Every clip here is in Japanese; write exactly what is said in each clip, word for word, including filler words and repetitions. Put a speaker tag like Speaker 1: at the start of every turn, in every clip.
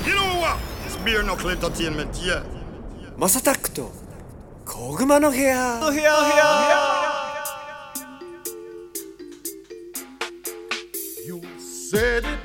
Speaker 1: You know what? It's Beer Knuckle Entertainment, yeah.
Speaker 2: マサタックと小熊の部屋の部屋の部屋
Speaker 1: You said it.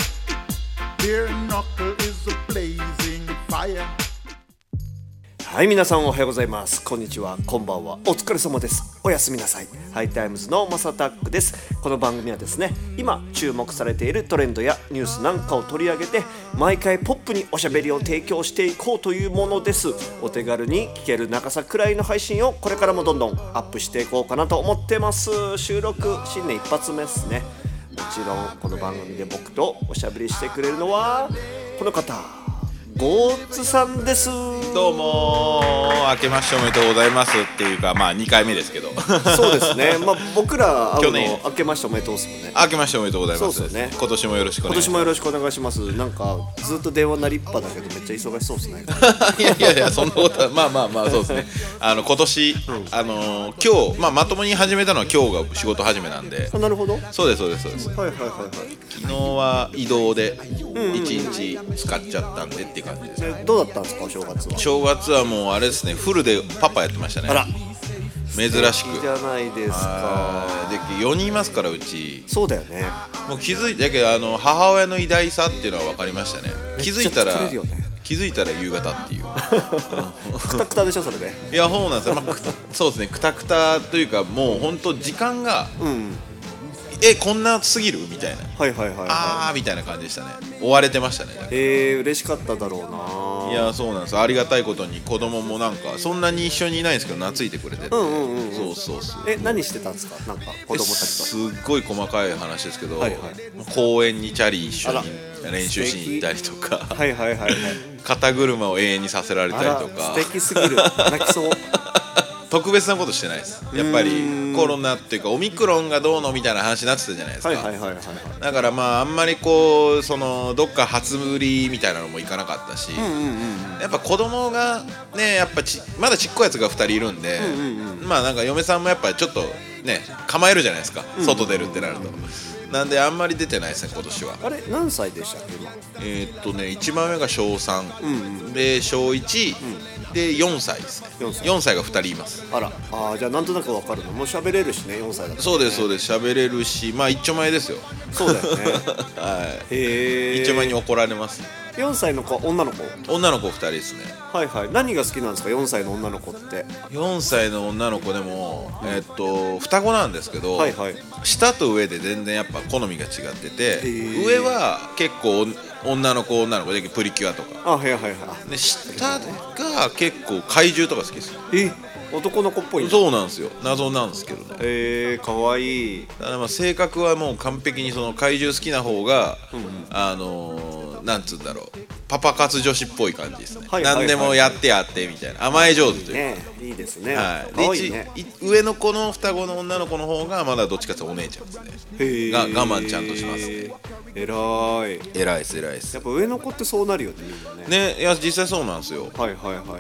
Speaker 1: Beer Knuckle is a blazing fire.
Speaker 2: はい、皆さんおはようございます。こんにちは、こんばんは、お疲れ様です。おやすみなさい。ハイタイムズのマサタックです。この番組はですね、今注目されているトレンドやニュースなんかを取り上げて、毎回ポップにおしゃべりを提供していこうというものです。お手軽に聞ける長さくらいの配信をこれからもどんどんアップしていこうかなと思ってます。収録新年一発目ですね。もちろんこの番組で僕とおしゃべりしてくれるのはこの方、ゴーツさんです。
Speaker 3: どうも明けましておめでとうございますっていうか、まあにかいめですけど
Speaker 2: そうですね、まあ、僕ら会う
Speaker 3: 去年
Speaker 2: の明けましておめでとうですもんね。
Speaker 3: 明けましておめでとうございます。
Speaker 2: そうですね、
Speaker 3: 今年もよろしくお
Speaker 2: 今
Speaker 3: 願いします。
Speaker 2: 年もよろしくお願いします。なんかずっと電話なりっぱだけどめっちゃ忙しそうですね
Speaker 3: いやいやいや、そんなことはまあまあまあそうですねあの今年、あのー今日、まあ、まともに始めたのは今日が仕事始めなんで。
Speaker 2: あ、なるほど。
Speaker 3: そうですそうですそうです。
Speaker 2: はいはいはいはい。
Speaker 3: 昨日は移動でいちにち使っちゃったんでっていう感じですね。
Speaker 2: でどうだったんですか、お正月は。
Speaker 3: 正月はもうあれですね、フルでパパやってましたね。
Speaker 2: あら、
Speaker 3: 珍しく
Speaker 2: いいじゃないですか。
Speaker 3: はいでよにんいますからうち。
Speaker 2: そうだよね。
Speaker 3: もう気づいてだけど、あの母親の偉大さっていうのは分かりましたね。気づいたら
Speaker 2: めっちゃ疲れるよね。
Speaker 3: 気づいたら夕方っていう
Speaker 2: クタクタでしょそれで。
Speaker 3: いやそうなんですよ、まあ、くそうですね、クタクタというかもう本当時間が、
Speaker 2: うん。
Speaker 3: えこんな過ぎるみたいな、
Speaker 2: はいはいはいはい。
Speaker 3: あーみたいな感じでしたね。追われてましたね。
Speaker 2: えー、嬉しかっただろうな。
Speaker 3: いやそうなんですよ、ありがたいことに子供もなんかそんなに一緒にいないんですけど懐いてくれてて、
Speaker 2: うんうんうんうん、
Speaker 3: そうそうそう。
Speaker 2: え、何してたんですか、なんか子供たちと。
Speaker 3: すっごい細かい話ですけど、
Speaker 2: はいはい、
Speaker 3: 公園にチャリ一緒に
Speaker 2: あら
Speaker 3: 練習しに行ったりとか、
Speaker 2: はいはいはいはい。
Speaker 3: 肩車を永遠にさせられたりとか。
Speaker 2: 素敵すぎる。泣きそう。
Speaker 3: 特別なことしてないです。やっぱりコロナっていうかオミクロンがどうのみたいな話になってたじゃないですか。
Speaker 2: はいはいはいはい、はい。
Speaker 3: だからまああんまりこうそのどっか初売りみたいなのもいかなかったし、
Speaker 2: うんうんうん、
Speaker 3: やっぱ子供がね、やっぱちまだちっこいやつがふたりいるんで、
Speaker 2: うんうんうん、
Speaker 3: まあなんか嫁さんもやっぱちょっとね構えるじゃないですか、外出るってなると。なんであんまり出てないですね今年は。
Speaker 2: あれ何歳でしたっけ今。
Speaker 3: えー、っとね一番上が小さん、
Speaker 2: うんうん、
Speaker 3: で小いち、うん、でよんさいですね。よんさい、よんさいがふたりいます。
Speaker 2: あら、あ、じゃあなんとなくわかるの。もう喋れるしね、よんさいだと、ね。
Speaker 3: そうですそうです、喋れるし、まあ一丁前ですよ。
Speaker 2: そうだよね
Speaker 3: はい。
Speaker 2: へえ。
Speaker 3: 一丁前に怒られます。
Speaker 2: よんさいの子、女の子。
Speaker 3: 女の子ふたりですね。
Speaker 2: はいはい。何が好きなんですか、よんさいの女の子って。
Speaker 3: よんさいの女の子でも、えー、っと双子なんですけど、はいはい、下と上で全然やっぱ好みが違ってて、上は結構女の子女の子でプリキュアとか、
Speaker 2: あ、はいはいはい。
Speaker 3: で下が結構怪獣とか好きですよ。
Speaker 2: え、男の子っぽい。
Speaker 3: そうなんですよ、謎なんですけどね。
Speaker 2: えー、かわいい。
Speaker 3: だからまあ性格はもう完璧にその怪獣好きな方が、うんうん、あのー、なんつうんだろう、パパ活女子っぽい感じですね。はいはいはい、何でもやってやってみたいな、甘え上手というか。
Speaker 2: いいね、いいですね。
Speaker 3: はい、
Speaker 2: かわいいね。
Speaker 3: 上の子の双子の女の子の方がまだどっちかというとお姉ちゃんですね。へが我慢ちゃんとしますね。
Speaker 2: えらい。
Speaker 3: 偉いです偉いです。
Speaker 2: やっぱ上の子ってそうなるよね、みんなね。
Speaker 3: ね、いや実際そうなんですよ。
Speaker 2: はいはいはい。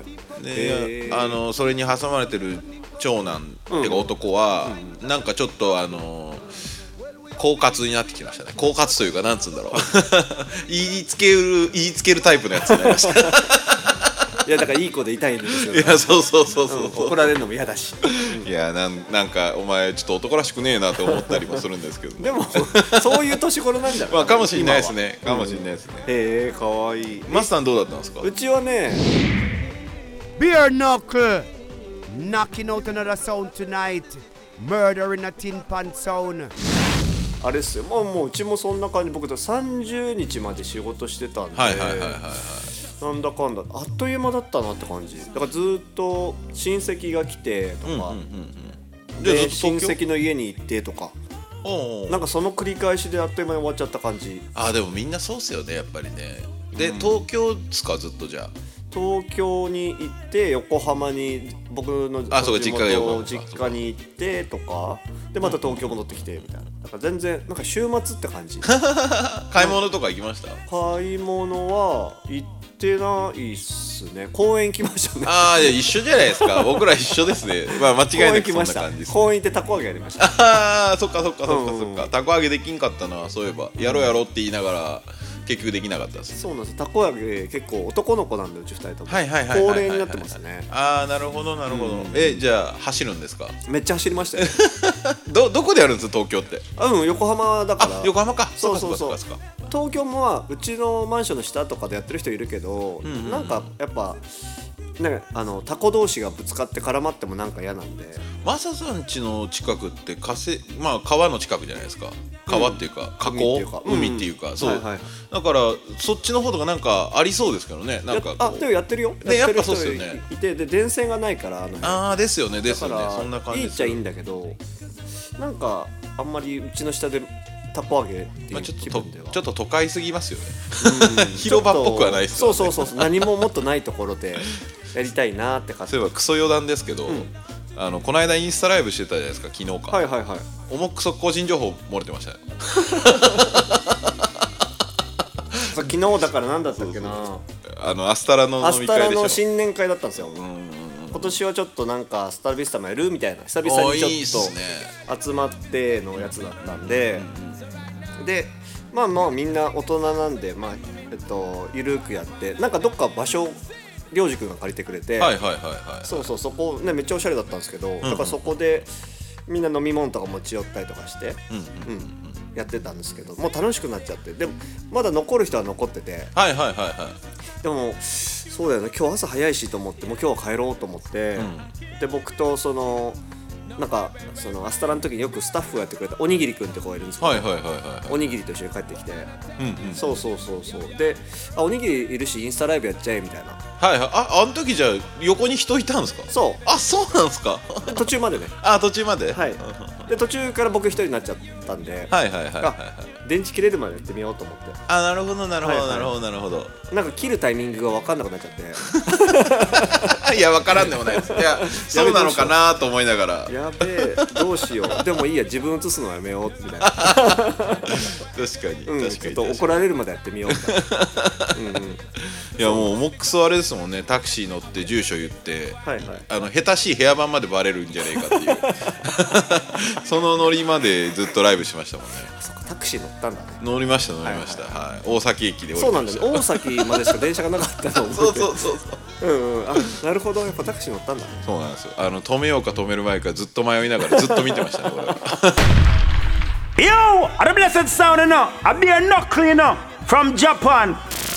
Speaker 3: で、あのそれに挟まれてる長男っていうか男は、うん、なんかちょっとあの狡猾になってきましたね。狡猾というかなんつうんだろう言いつける言いつけるタイプのやつになりました
Speaker 2: いやだからいい子でいたいんですよ、ね。
Speaker 3: いやそうそうそうそう、うん、
Speaker 2: 怒られるのも嫌だし。
Speaker 3: いや なん, なんかお前ちょっと男らしくねえなと思ったりもするんですけど、ね、
Speaker 2: でもそういう年頃なんじゃない。
Speaker 3: まあかもしれないですね。かもしれないですね。
Speaker 2: へえ、かわいい。
Speaker 3: マスさんどうだったんですか。
Speaker 2: うちはね、
Speaker 4: Beer Knuckle knocking out another sound tonight, murder in a tin pan sound。
Speaker 2: あれっすよ、まあ、もううちもそんな感じ。僕とさんじゅうにちまで仕事してたんで、
Speaker 3: はいはいはいはいはい、
Speaker 2: なんだかんだあっという間だったなって感じ。だからずっと親戚が来てとか、うんうんうんうん、で親戚の家に行ってとか、おうおう、なんかその繰り返しであっという間に終わっちゃった感じ。
Speaker 3: あ、でもみんなそうっすよねやっぱりね。で、うん、東京っすかずっと。じゃあ
Speaker 2: 東京に行って横浜に僕の
Speaker 3: あそうか実家が
Speaker 2: 実家に行ってとかでまた東京戻ってきてみたいな。だから全然なんか週末って感じ
Speaker 3: 買い物とか行きました。
Speaker 2: 買い物は行ってないっすね。公園行きましたね。
Speaker 3: ああ一緒じゃないですか僕ら一緒ですね。まあ間違いなくそんな感じです、ね、
Speaker 2: 公園行ってたこ揚げやりました。
Speaker 3: ああそっかそっかそっかそっか、うんうん、たこ揚げできんかったな。そういえばやろうやろうって言いながら結局できなかったです。
Speaker 2: そうなんです。たこ揚げ結構男の子なんでうちふたりとも
Speaker 3: はいはいはいはいはい
Speaker 2: 高齢になってますね。
Speaker 3: ああなるほどなるほど、うん、えじゃあ走るんですか？
Speaker 2: めっちゃ走りましたよ
Speaker 3: ど, どこでやるんですか東京って？
Speaker 2: うん横浜だから。
Speaker 3: あ横浜か。
Speaker 2: そうそうそう。
Speaker 3: そうかそうかそうか。
Speaker 2: 東京もまあうちのマンションの下とかでやってる人いるけど、うんうんうん、なんかやっぱね、あのタコ同士がぶつかって絡まってもなんか嫌なんで。
Speaker 3: マサさん家の近くって河川、まあ川の近くじゃないですか。川っていうか、うん、河口海っていうか、うん、そう、はいはい、だからそっちの方とかなんかありそうですけどね。なんか
Speaker 2: あでもやってるよ。
Speaker 3: でやっぱそうですよね。
Speaker 2: いてで電線がないからあの
Speaker 3: ああですよねですよね。そんな感じ
Speaker 2: いいっちゃいいんだけど、なんかあんまりうちの下でタコ揚げっていう気分では、
Speaker 3: まあ、ちょっとちょっと都会すぎますよね、うん、広場っぽくはないですよね。
Speaker 2: そうそうそう何ももっとないところでやりたいなって感じ。
Speaker 3: そういえばクソ余談ですけど、うん、あのこの間インスタライブしてたじゃないですか昨日か。
Speaker 2: はいはいはい。
Speaker 3: 重くそ個人情報漏れてましたね
Speaker 2: 昨日だから何だったっけな。
Speaker 3: そうそうそうあのアスタラの飲み会でしょ。
Speaker 2: アスタラの新年会だったんですよ。うん今年はちょっとなんかスタラビスタもやるみたいな久々にちょっと集まってのやつだったんで、でまあまあみんな大人なんでまあえっとゆるくやってなんかどっか場所りょうじくんが借りてくれて、
Speaker 3: はいはいはいはい、
Speaker 2: そうそうそこねめっちゃおしゃれだったんですけど、うんうん、だからそこでみんな飲み物とか持ち寄ったりとかして、うんうんうん、やってたんですけどもう楽しくなっちゃって、でもまだ残る人は残ってて、
Speaker 3: はいはいはいはい、
Speaker 2: でもそうだよね今日朝早いしと思ってもう今日は帰ろうと思って、うん、で僕とそのなんかそのアスタラの時によくスタッフがやってくれたおにぎりくんって子がいるんですけど、
Speaker 3: はいはいはいはい、
Speaker 2: おにぎりと一緒に帰ってきて、
Speaker 3: うんうん、
Speaker 2: そうそうそうそうであおにぎりいるしインスタライブやっちゃえみたいな。
Speaker 3: はいはい。ああの時じゃあ横に人いたんですか？
Speaker 2: そう。
Speaker 3: あそうなんですか
Speaker 2: 途中までね。
Speaker 3: あ途中まで。
Speaker 2: はい。で途中から僕一人になっちゃったんで、
Speaker 3: はいはいはいはい、はい、
Speaker 2: 電池切れるまでやってみようと思って。
Speaker 3: あなるほどなるほど、はいはい、なるほどなるほど。
Speaker 2: なんか切るタイミングが分かんなくなっちゃって
Speaker 3: いや分からんでもないです。いやそうなのかなと思いながら
Speaker 2: やべえどうしようでもいいや自分映すのはやめようみたいな確か
Speaker 3: に、
Speaker 2: うん、
Speaker 3: 確かにちょっ
Speaker 2: と怒られるまでやってみようみたいな、うんうん、
Speaker 3: いやもう重くそあれですもんね。タクシー乗って住所言って、はいはい、あの下手しい部屋番までバレるんじゃねえかっていうそのノリまでずっとライブしましたもんね。
Speaker 2: あそっかタクシー乗ったんだね。
Speaker 3: 乗りました乗りました、はいはいはい、大崎駅で降りました。
Speaker 2: そうなんだね大崎までしか電車がなかったのを
Speaker 3: そうそうそうそう
Speaker 2: うんうん、あなるほどやっぱタクシー乗ったんだね。
Speaker 3: そうなんですよ。あの止めようか止める前かずっと迷いながらずっと見てましたねこれ
Speaker 4: Yo, a blessed sound enough. A beer knuckle enough from Japan.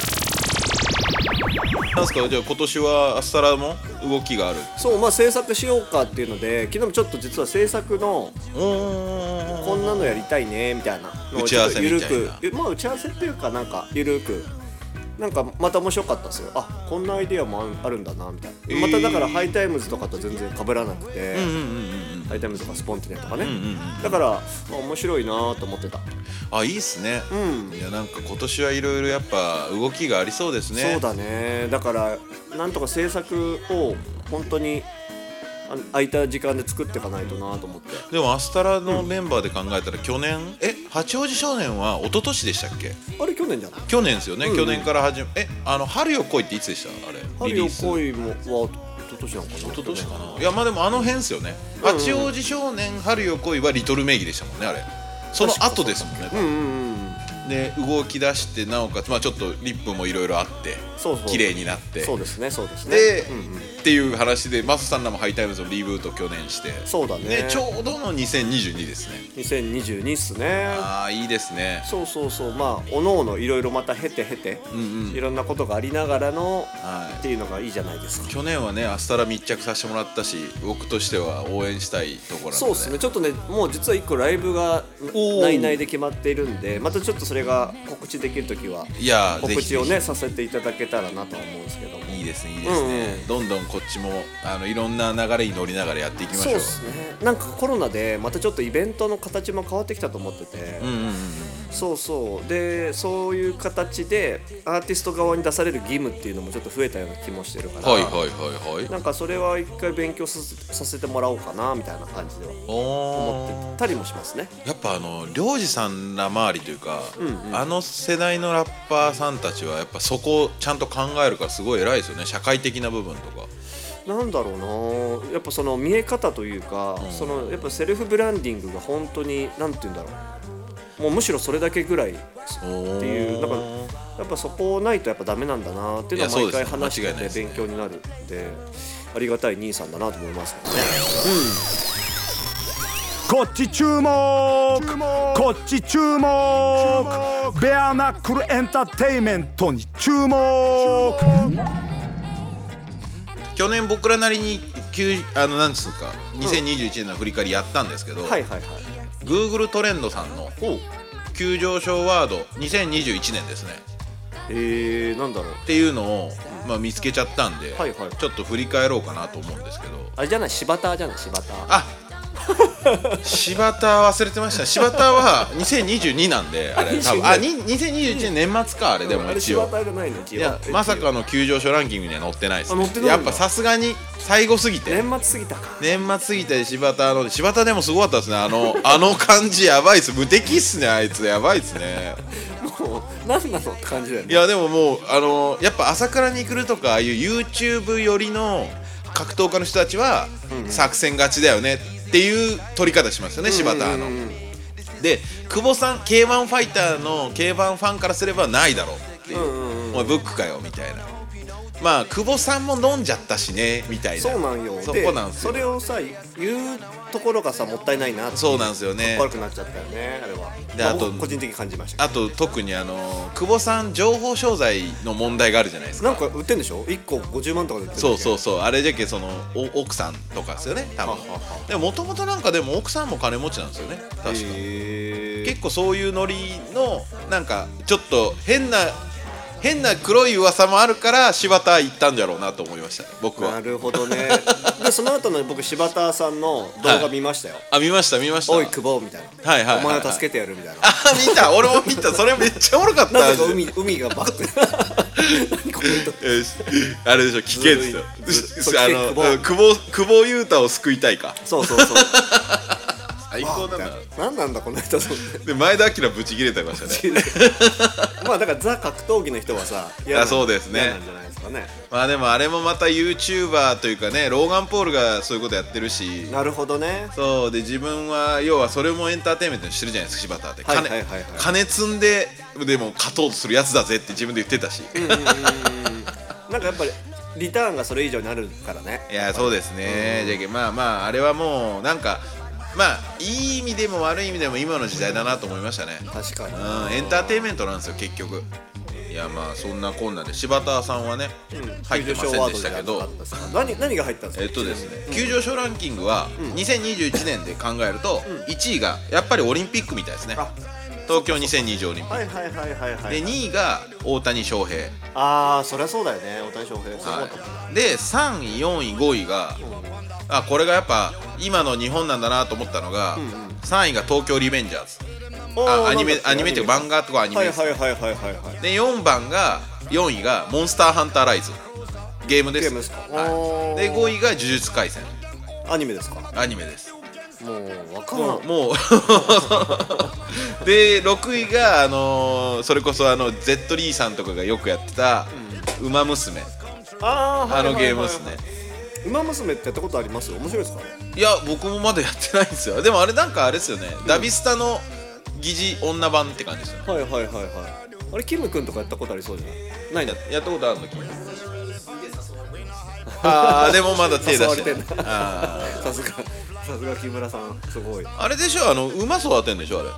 Speaker 3: なんすかじゃあ今年はアスタラも動きがある。
Speaker 2: そうまあ制作しようかっていうので昨日もちょっと実は制作のこんなのやりたいねみたいなのをちょっとゆるくまあ打ち合わせっていうかなんかゆるくなんかまた面白かったですよ。あこんなアイディアもあるんだなみたいな、えー、まただからハイタイムズとかと全然被らなくて、うんうんうんうん、ハイタイムズとかスポンティネとかね、うんうんうん、だから、まあ、面白いなと思ってた。
Speaker 3: あいいっすね、
Speaker 2: うん、
Speaker 3: いやなんか今年はいろいろやっぱ動きがありそうですね。
Speaker 2: そうだね。だからなんとか制作を本当に空いた時間で作っていかないとなと思って。
Speaker 3: でもアスタラのメンバーで考えたら去年、うん、え八王子少年は一昨年でしたっけ？
Speaker 2: あれ去年じゃない？
Speaker 3: 去年ですよね、うんうん、去年から始めえあの春よ来いっていつでした？あれ
Speaker 2: 春よ来いもは一昨年なのかな。
Speaker 3: 一昨年かな。いやまあでもあの辺ですよね、うんうん、八王子少年春よ来いはリトル名義でしたもんねあれ。その後ですもんね。
Speaker 2: うんうんうん
Speaker 3: で動き出してなおかつ、まあ、ちょっとリップもいろいろあってそうそう綺麗になって
Speaker 2: そうですねそうですね
Speaker 3: で、
Speaker 2: うんうん、
Speaker 3: っていう話でマサさんらもハイタイムズのリブート去年して
Speaker 2: そうだね。
Speaker 3: でちょうどのにせんにじゅうにですね。
Speaker 2: にせんにじゅうにっすね。
Speaker 3: ああいいですね。
Speaker 2: そうそうそうまあおのおのいろいろまた経て経て、うんうん、いろんなことがありながらの、はい、っていうのがいいじゃないですか。
Speaker 3: 去年はねアスタラ密着させてもらったし僕としては応援したいところなので。
Speaker 2: そうですねちょっとねもう実はいっこライブが内々で決まっているんでまたちょっとそれが告知できるときはい
Speaker 3: や
Speaker 2: 告知をねさせていただけたらなとは思うんですけども。
Speaker 3: いいですねいいですね、うんうん、どんどんこっちもあのいろんな流れに乗りながらやっていきましょう。
Speaker 2: そうですね。なんかコロナでまたちょっとイベントの形も変わってきたと思ってて、うんうんうん、そうそうでそういう形でアーティスト側に出される義務っていうのもちょっと増えたような気もしてるから、
Speaker 3: はいはいはいはい、
Speaker 2: なんかそれは一回勉強させ、させてもらおうかなみたいな感じでは思ってたりもしますね。
Speaker 3: やっぱあの領事さんら周りというか、うんうん、あの世代のラッパーさんたちはやっぱそこをちゃんと考えるからすごい偉いですよね。社会的な部分とか
Speaker 2: なんだろうなやっぱその見え方というか、うん、そのやっぱセルフブランディングが本当になんて言うんだろうもうむしろそれだけぐらいっていう、だからやっぱそこないとやっぱダメなんだなっていうのを毎回話してて勉強になるんで、ありがたい兄さんだなと思いますけどね。
Speaker 4: こっち注目、こっち注目、ベアナックルエンターテイメントに注目。
Speaker 3: 去年僕らなりにあのなんつうかにせんにじゅういちねんの振り返りやったんですけど、
Speaker 2: はいはいはい、
Speaker 3: Google トレンドさんの急上昇ワードにせんにじゅういちねんですね。
Speaker 2: えー、なんだろう
Speaker 3: っていうのを、まあ、見つけちゃったんで、
Speaker 2: はいはい、
Speaker 3: ちょっと振り返ろうかなと思うんですけど、
Speaker 2: あれじゃない、柴田じゃない、柴田。
Speaker 3: あ柴田忘れてました。柴田はにせんにじゅうになんで、あれ多分あにせんにじゅういちねん年末か、あれでも一応。
Speaker 2: あれ柴田じゃないの一応。
Speaker 3: いやまさかの急上昇ランキングには載ってないですね。
Speaker 2: あ載ってないんだ。
Speaker 3: やっぱさすがに最後すぎて。
Speaker 2: 年末すぎたか。
Speaker 3: 年末すぎて柴田の柴田でもすごかったですね。あのあの感じやばいっす。無敵っすね、あいつやばいっすね。
Speaker 2: もう何なのって感じだよね。
Speaker 3: いやでももうあのやっぱ朝倉未来とかああいう YouTube 寄りの格闘家の人たちは作戦勝ちだよねっていう取り方しますよね、柴田の。で久保さん ケーワン ファイターの ケーワン ファンからすればないだろうっていう、お前ブックかよみたいな。まあ久保さんも飲んじゃったしねみたいな。
Speaker 2: そうなんよ。
Speaker 3: そこなんですよ。
Speaker 2: それをさ言うところがさもったいないなって。
Speaker 3: そうなんですよね。
Speaker 2: 悪くなっちゃったよね、あれは。
Speaker 3: であと
Speaker 2: 個人的に感じました。
Speaker 3: あと特にあの久保さん情報商材の問題があるじゃないですか。
Speaker 2: なんか売ってんでしょ、いっこごじゅうまんとかで売ってる。
Speaker 3: そうそうそう、あれじゃけそのお奥さんとかですよね多分。でももともとなんかでも奥さんも金持ちなんですよね確か。結構そういうノリのなんかちょっと変な変な黒い噂もあるから柴田行ったんだろうなと思いましたね、僕は。
Speaker 2: なるほどね。でその後の僕柴田さんの動画見ましたよ。
Speaker 3: あ見ました見ました。
Speaker 2: おい久保みたいな。
Speaker 3: はいはいはいはい、
Speaker 2: お前を助けてやるみたいな。
Speaker 3: あ見た、俺も見た。それめっちゃおもろかった。
Speaker 2: なぜか海海がバッて。何コメント。
Speaker 3: あれでしょ、危険ですよ。あの久保久保優太を救いたいか。
Speaker 2: そうそうそう。
Speaker 3: 最高だな。
Speaker 2: 何なんだこの人。
Speaker 3: で前田明ブチ切れてましたね。
Speaker 2: まあだからザ格闘技の人はさ、
Speaker 3: いやそうですね。
Speaker 2: 嫌なんじゃないですかね。
Speaker 3: まあでもあれもまた YouTuber というかね、ローガン・ポールがそういうことやってるし。
Speaker 2: なるほどね。
Speaker 3: そうで自分は要はそれもエンターテインメントにしてるじゃないですか、柴田って。
Speaker 2: はいはいはいはい、
Speaker 3: 金積んででも勝とうとするやつだぜって自分で言ってたし。
Speaker 2: なんかやっぱりリターンがそれ以上になるからね。
Speaker 3: いやそうですね。じゃけまあまああれはもうなんか。まあいい意味でも悪い意味でも今の時代だなと思いましたね。
Speaker 2: 確かに、
Speaker 3: うん、エンターテインメントなんですよ結局。いやまあそんなこんなで柴田さんはね、うん、入ってませんでしたけど、
Speaker 2: 何, 何が入ったんですか。
Speaker 3: えっとですね、うん、急上昇ランキングはにせんにじゅういちねんで考えると、うん、いちいがやっぱりオリンピックみたいですね。東京にせんにじゅうオリンピック。
Speaker 2: はいはいはいはいはい。
Speaker 3: でにいが大谷翔平。
Speaker 2: ああそりゃそうだよね、大谷翔平。
Speaker 3: はい、でさんいよんいごいが、うん、あこれがやっぱ今の日本なんだなと思ったのが、うんうん、さんいが東京リベンジャーズ。あアニメアニメっていうか漫画とかアニメです。
Speaker 2: はいはいはいはいはいはい。
Speaker 3: でよんばんがよんいがモンスターハンターライズゲームです。
Speaker 2: ゲームですか。
Speaker 3: はい、でごいが呪術廻戦
Speaker 2: アニメですか。
Speaker 3: アニメです。
Speaker 2: もう分からん。
Speaker 3: もうでろくいがあのー、それこそあの Z リーさんとかがよくやってた「ウマ娘」。
Speaker 2: あ
Speaker 3: あのゲームですね。
Speaker 2: ウマ娘ってやったことあります？面白いですかね。
Speaker 3: いや僕もまだやってないんですよ。でもあれなんかあれですよね、うん、ダビスタの疑似女版って感じですよね。
Speaker 2: はいはいはいはい。あれキム君とかやったことありそうじゃない？ないんだ。
Speaker 3: やったことあるのキム。ああでもまだ手出してる。
Speaker 2: ああさすがさすが木村さんすごい。
Speaker 3: あれでしょ、あの馬育てんでしょあれ。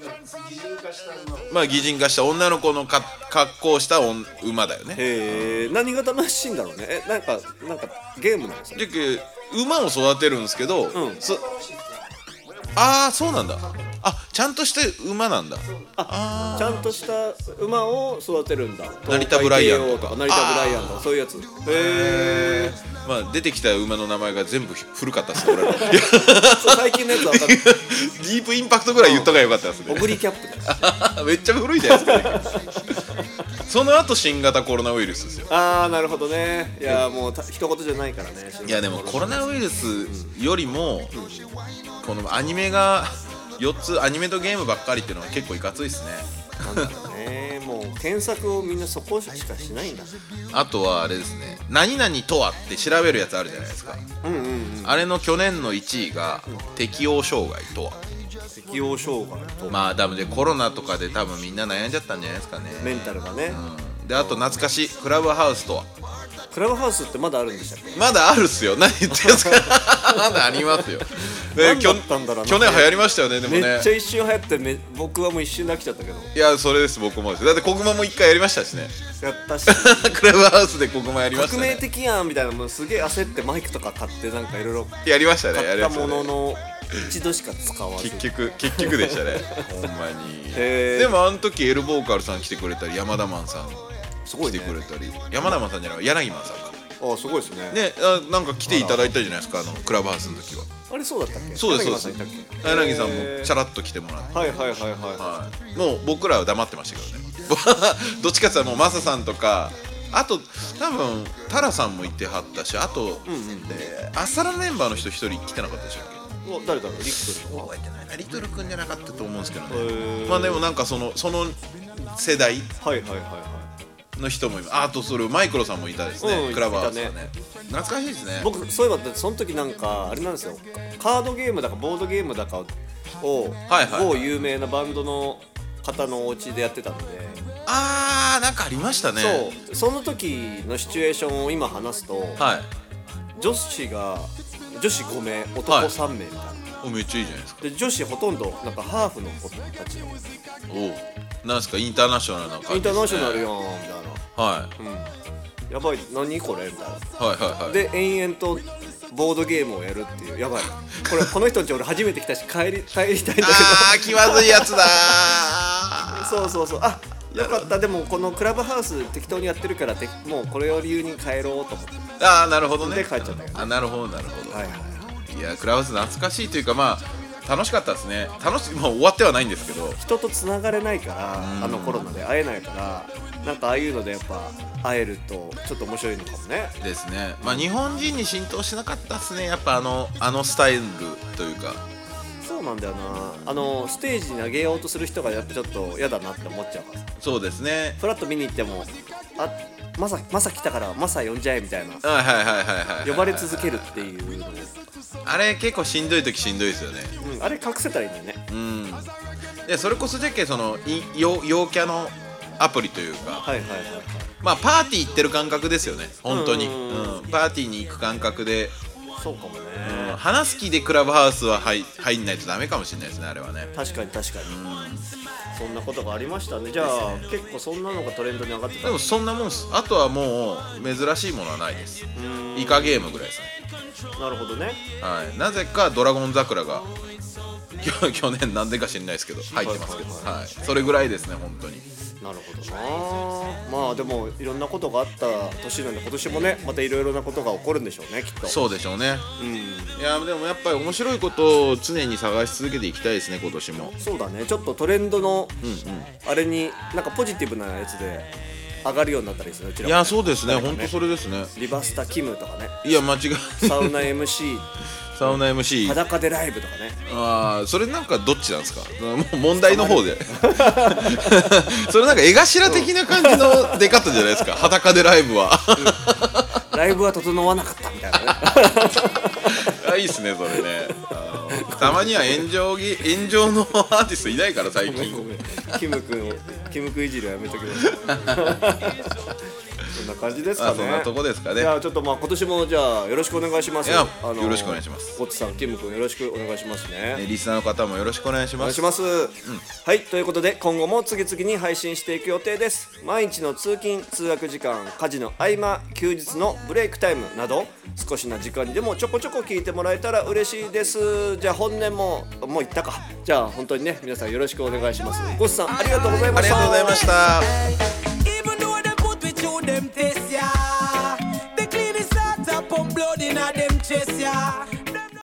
Speaker 3: まあ擬人化した女の子のか格好した馬だよね。
Speaker 2: へえ、何が楽しいんだろうね。えなんかなんかゲームなんですか。
Speaker 3: で馬を育てるんですけど、うん、そああそうなんだ。あちゃんとした馬なんだ。
Speaker 2: あちゃんとした馬を育てるんだ。
Speaker 3: 成田ブライアンとか
Speaker 2: 成田ブライアンとかそういうやつ。へえ。
Speaker 3: まあ出てきた馬の名前が全部古かったっすね俺ら。
Speaker 2: 最近のやつは分かった。
Speaker 3: ディープインパクトぐらい言っとかよかったっすね。
Speaker 2: オグリキャップ。
Speaker 3: めっちゃ古いじゃないですか。その後新型コロナウイルスですよ。
Speaker 2: ああなるほどね。いやもう一言じゃないからね。
Speaker 3: いやでもコロナウイルスよりも、うん、このアニメがよっつアニメとゲームばっかりっていうのは結構いかついっすね。
Speaker 2: なんだろうね。もう検索をみんなそこしかしないんだ。
Speaker 3: あとはあれですね、何々とはって調べるやつあるじゃないですか。
Speaker 2: うんうんうん。
Speaker 3: あれの去年のいちいが、うん、適応障害とは。
Speaker 2: 適応障害と、
Speaker 3: まあ多分でコロナとかで多分みんな悩んじゃったんじゃないですかね。
Speaker 2: メンタルがね、
Speaker 3: うん、であと懐かしいクラブハウスとは。
Speaker 2: クラブハウスってまだあるんでしたっけ？
Speaker 3: まだあるっすよ。何言ってんすかまだありますよ。
Speaker 2: 何だったんだろうな。
Speaker 3: 去年流行りましたよね。でもね
Speaker 2: めっちゃ一瞬流行ってめ僕はもう一瞬で飽きちゃったけど。
Speaker 3: いやそれです僕もです。だって国語も一回やりましたしね。
Speaker 2: やったし
Speaker 3: クラブハウスで国語もやりましたね。
Speaker 2: 革命的やんみたいな、もうすげえ焦ってマイクとか買ってなんかいろいろ
Speaker 3: やりましたね。
Speaker 2: 買ったものの一度しか使わず
Speaker 3: 結局結局でしたねほんまに。
Speaker 2: へー
Speaker 3: でもあの時エルボーカルさん来てくれたり山田マンさん来
Speaker 2: すごいね
Speaker 3: てくれたり、山田マンさんじゃない柳マンさんか
Speaker 2: ああすごいですね。
Speaker 3: ね、あなんか来ていただいたじゃないですか、あのクラブハウスの時は。
Speaker 2: あれそうだったっけ？
Speaker 3: そうですそうです。
Speaker 2: 柳さんいたっけ？
Speaker 3: 柳さんもチャラッと来てもらって、
Speaker 2: はいはいはいはい、
Speaker 3: はい、もう僕らは黙ってましたけどねどっちかっていうともうマサさんとか、あと多分タラさんもいてはったし、あと、うんうん、でアサラメンバーの人一人来てなかったでしたっけ？
Speaker 2: お誰だろう？リクトル
Speaker 3: 覚えてないな。リトル君じゃなかったと思うんですけどね。まあでもなんかそのその世代
Speaker 2: はいはいはいはい
Speaker 3: の人もいます。あとそれマイクロさんもいたですね、
Speaker 2: うん、
Speaker 3: クラブハウスはね。
Speaker 2: ね
Speaker 3: 懐かしいですね。
Speaker 2: 僕そういえばその時なんかあれなんですよ、カードゲームだかボードゲームだかを、
Speaker 3: はいはい、
Speaker 2: 某有名なバンドの方のお家でやってたので、
Speaker 3: あーなんかありましたね。
Speaker 2: そうその時のシチュエーションを今話すと、
Speaker 3: はい、
Speaker 2: 女子が女子ごめい男さんめいみたいな、はい、
Speaker 3: おめっちゃいいじゃないですか。
Speaker 2: で女子ほとんどなんかハーフの子たちの、
Speaker 3: おなんすかインターナショナルな感じですね。
Speaker 2: インターナショナルやんみたいな、
Speaker 3: はい、
Speaker 2: うん、やばい何これみたいな、
Speaker 3: はいはいはい、
Speaker 2: で延々とボードゲームをやるっていう、やばいこれこの人んち俺初めて来たし帰り帰りたいんだけど
Speaker 3: あー気まずいやつだ
Speaker 2: そうそうそう、あよかった。でもこのクラブハウス適当にやってるからてもうこれを理由に帰ろうと思って、
Speaker 3: ああなるほどね。
Speaker 2: で帰っちゃったけど、
Speaker 3: あなるほどなるほど、
Speaker 2: はいはい、
Speaker 3: いやクラブハウス懐かしいというか、まあ楽しかったですね。楽しい、まあ終わってはないんですけど、
Speaker 2: 人とつながれないから、あのコロナで会えないから、なんかああいうのでやっぱ会えるとちょっと面白いのかもね。
Speaker 3: ですね。まあ日本人に浸透しなかったですね、やっぱあのあのスタイルというか。
Speaker 2: そうなんだよな、あのステージに投げようとする人がやっぱちょっと嫌だなって思っちゃうから。
Speaker 3: そうですね。
Speaker 2: フラッと見に行っても、あマサマサ来たからマサ呼んじゃえみたいな、
Speaker 3: はいはいはいはいはい、
Speaker 2: 呼ばれ続けるっていうのを、
Speaker 3: あれ結構しんどい時しんどいですよね。
Speaker 2: うん、あれ隠せたらいいのね。
Speaker 3: うん。でそれこそじゃっけその陽陽キャのアプリというか、
Speaker 2: はいはいはいはい、
Speaker 3: まあパーティー行ってる感覚ですよね本当に。うん、うん、パーティーに行く感覚で。
Speaker 2: そうかもね、
Speaker 3: うん、話す気でクラブハウスは入入んないとダメかもしれないですね、あれはね。
Speaker 2: 確かに確かに、
Speaker 3: うん、
Speaker 2: そんなことがありましたね。じゃあ、ね、結構そんなのがトレンドに上がってた。
Speaker 3: でもそんなもんす。あとはもう珍しいものはないです。イカゲームぐらいですね。
Speaker 2: なるほどね。
Speaker 3: はい、なぜかドラゴン桜が去年なんでか知らないですけど入ってますけど、はいはいはい、それぐらいですね本当に。
Speaker 2: なるほどな。まあでもいろんなことがあった年なんで、今年もねまたいろいろなことが起こるんでしょうねきっと。
Speaker 3: そうでしょうね、うん、いやでもやっぱり面白いことを常に探し続けていきたいですね今年も。
Speaker 2: そうだね、ちょっとトレンドの、
Speaker 3: うんうん、
Speaker 2: あれになんかポジティブなやつで上がるようになったりする、ね、うちらも、
Speaker 3: いやそうですね本当それですね。
Speaker 2: リバスタキムとかね、
Speaker 3: いや間違い
Speaker 2: サウナ エムシー
Speaker 3: サウナ エムシー
Speaker 2: 裸でライブとかね。
Speaker 3: ああそれなんかどっちなんですか、もう問題の方でそれなんか絵頭的な感じの出方じゃないですか裸でライブは、
Speaker 2: うん、ライブは整わなかったみたいなね
Speaker 3: あいいっすねそれね。たまには炎上ぎ炎上のアーティストいないから最近。
Speaker 2: ごめんごめんキム君をキム君いじりはやめときましょうそんな感じですかね。
Speaker 3: そんなとこですかね。
Speaker 2: じゃあちょっとまあ今年もじゃあよろしくお願いします。
Speaker 3: いや、
Speaker 2: あのー、
Speaker 3: よろしくお願いします。
Speaker 2: ゴッツさん、キム君よろしくお願いしますね。
Speaker 3: ねリスナーの方もよろしくお願いします。
Speaker 2: お願いします、うん、はいということで今後も次々に配信していく予定です。毎日の通勤通学時間、家事の合間、休日のブレイクタイムなど少しな時間にでもちょこちょこ聞いてもらえたら嬉しいです。じゃあ本年ももう言ったか。じゃあ本当にね皆さんよろしくお願いします。ゴッツさんありがとうございました。
Speaker 3: ありがとうございました。
Speaker 5: Even though they put with you them tests